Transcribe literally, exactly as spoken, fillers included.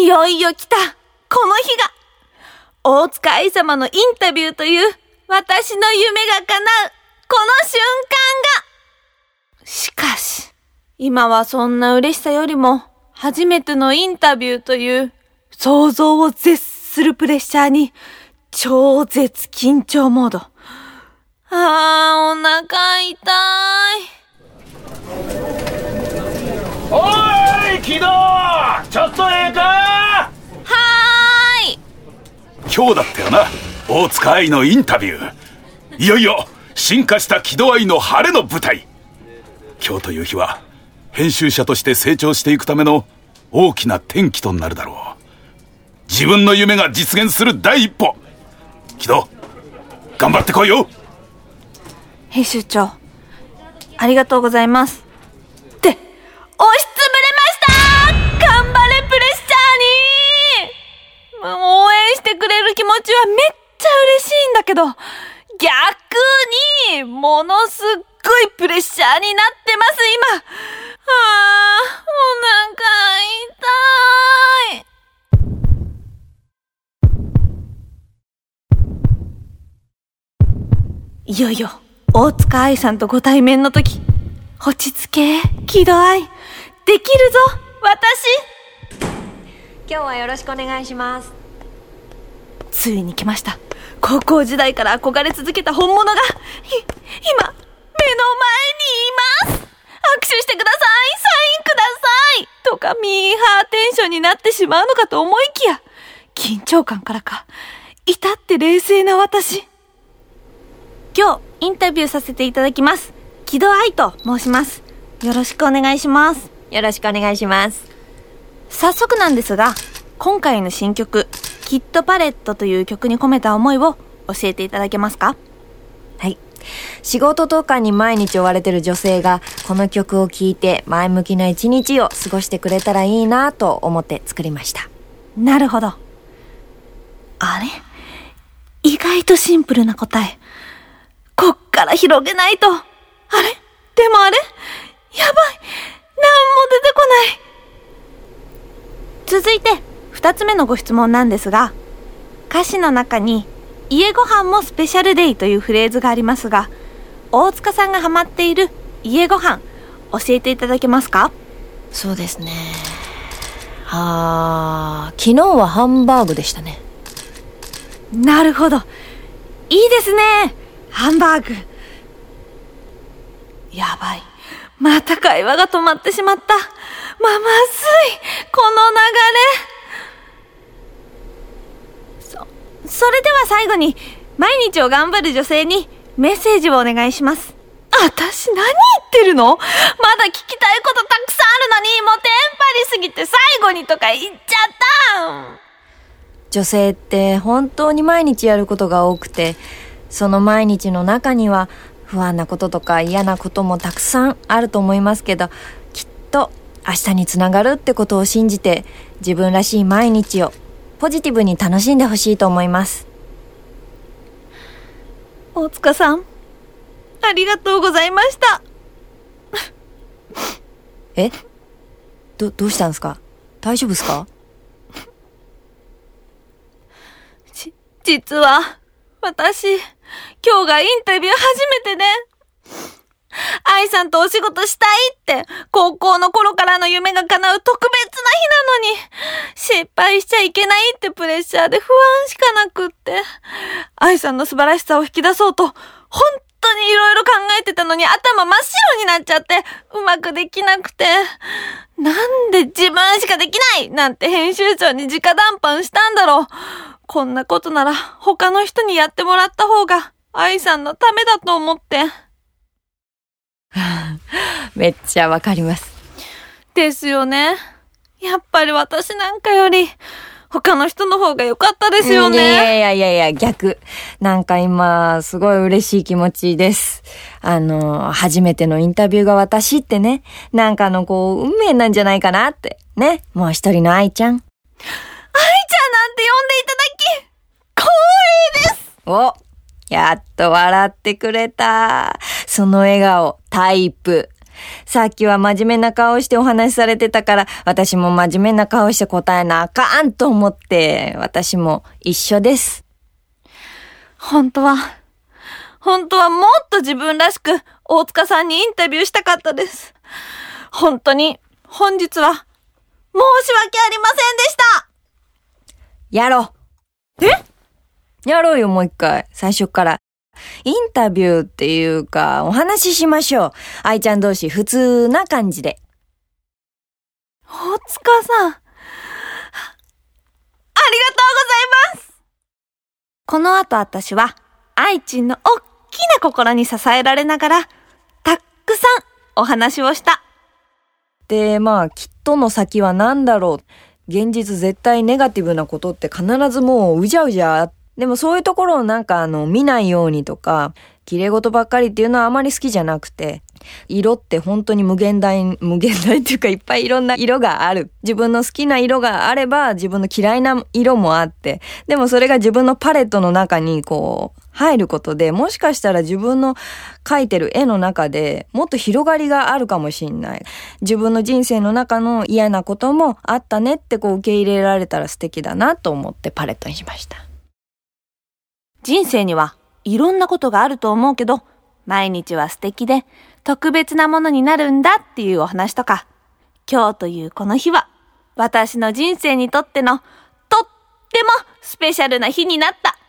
よいよ来たこの日が、大塚愛様のインタビューという私の夢が叶うこの瞬間が。しかし今はそんな嬉しさよりも、初めてのインタビューという想像を絶するプレッシャーに超絶緊張モード。あー、お腹痛い。 おーい、木戸、ちょっとええか。 はーい。 今日だったよな、大塚愛のインタビュー。いよいよ進化した木戸愛の晴れの舞台。今日という日は編集者として成長していくための大きな転機となるだろう。自分の夢が実現する第一歩。木戸、頑張ってこいよ。 編集長、ありがとうございます。って押しつぶれました。頑張れプレッシャーに。応援してくれる気持ちはめっちゃ嬉しいんだけど、逆にものすっごいプレッシャーになってます今。あー、お腹痛い。いよいよ大塚愛さんとご対面の時、落ち着け木戸愛、できるぞ私。 今日はよろしくお願いします。 ついに来ました。高校時代から憧れ続けた本物がい今目の前にいます。握手してください、サインくださいとかミーハーテンションになってしまうのかと思いきや、緊張感からか至って冷静な私。今日インタビューさせていただきます、木戸愛と申します。よろしくお願いします。 よろしくお願いします。 早速なんですが、今回の新曲キッドパレットという曲に込めた思いを教えていただけますか？ はい。仕事とかに毎日追われてる女性がこの曲を聴いて前向きな一日を過ごしてくれたらいいなと思って作りました。 なるほど。あれ？意外とシンプルな答え。こっから広げないと。あれ？でもあれ？やばい。なんも出てこない。続いて二つ目のご質問なんですが、歌詞の中に家ご飯もスペシャルデイというフレーズがありますが、大塚さんがハマっている家ご飯教えていただけますか？ そうですね。あー、昨日はハンバーグでしたね。 なるほど。いいですね。ハンバーグ。やばい。また会話が止まってしまった。ま、まずい。この流れ。そ、それでは最後に、毎日を頑張る女性にメッセージをお願いします。私何言ってるの？まだ聞きたいことたくさんあるのに、もうテンパりすぎて最後にとか言っちゃった。 女性って本当に毎日やることが多くて、その毎日の中には不安なこととか嫌なこともたくさんあると思いますけど、きっと明日につながるってことを信じて、自分らしい毎日をポジティブに楽しんでほしいと思います。 大塚さん、ありがとうございました。 え？ど、どうしたんですか？大丈夫ですか？ じ、実は私、今日がインタビュー初めてで、愛さんとお仕事したいって高校の頃からの夢が叶う特別な日なのに、失敗しちゃいけないってプレッシャーで不安しかなくって、愛さんの素晴らしさを引き出そうと本当にいろいろ考えてたのに、頭真っ白になっちゃってうまくできなくて、なんで自分しかできないなんて編集長に直談判したんだろう。こんなことなら他の人にやってもらった方が愛さんのためだと思って。 めっちゃわかります。 ですよね。やっぱり私なんかより他の人の方が良かったですよね。 いやいやいやいや、逆。なんか今すごい嬉しい気持ちです。あの初めてのインタビューが私ってね、なんかのこう運命なんじゃないかなってね。もう一人の愛ちゃん。 愛ちゃんなんて呼んでいただき光栄です。 お、やっと笑ってくれた。その笑顔、タイプ。 さっきは真面目な顔してお話しされてたから、私も真面目な顔して答えなあかんと思って、私も一緒です。 本当は、本当はもっと自分らしく大塚さんにインタビューしたかったです。本当に本日は申し訳ありませんでした。 やろう。 え？ やろうよ、もう一回。最初から。インタビューっていうか、お話ししましょう。愛ちゃん同士、普通な感じで。 大塚さん、ありがとうございます。この後私は、愛ちんのおっきな心に支えられながら、たくさんお話をした。 で、まあ、きっとの先は何だろう。現実絶対ネガティブなことって必ずもううじゃうじゃ。でもそういうところをなんかあの見ないようにとか、綺麗事ばっかりっていうのはあまり好きじゃなくて、色って本当に無限大、無限大っていうかいっぱいいろんな色がある。自分の好きな色があれば自分の嫌いな色もあって、でもそれが自分のパレットの中にこう入ることで、もしかしたら自分の描いてる絵の中でもっと広がりがあるかもしんない。自分の人生の中の嫌なこともあったねってこう受け入れられたら素敵だなと思ってパレットにしました。 人生にはいろんなことがあると思うけど、毎日は素敵で特別なものになるんだっていうお話とか、今日というこの日は私の人生にとってのとってもスペシャルな日になった。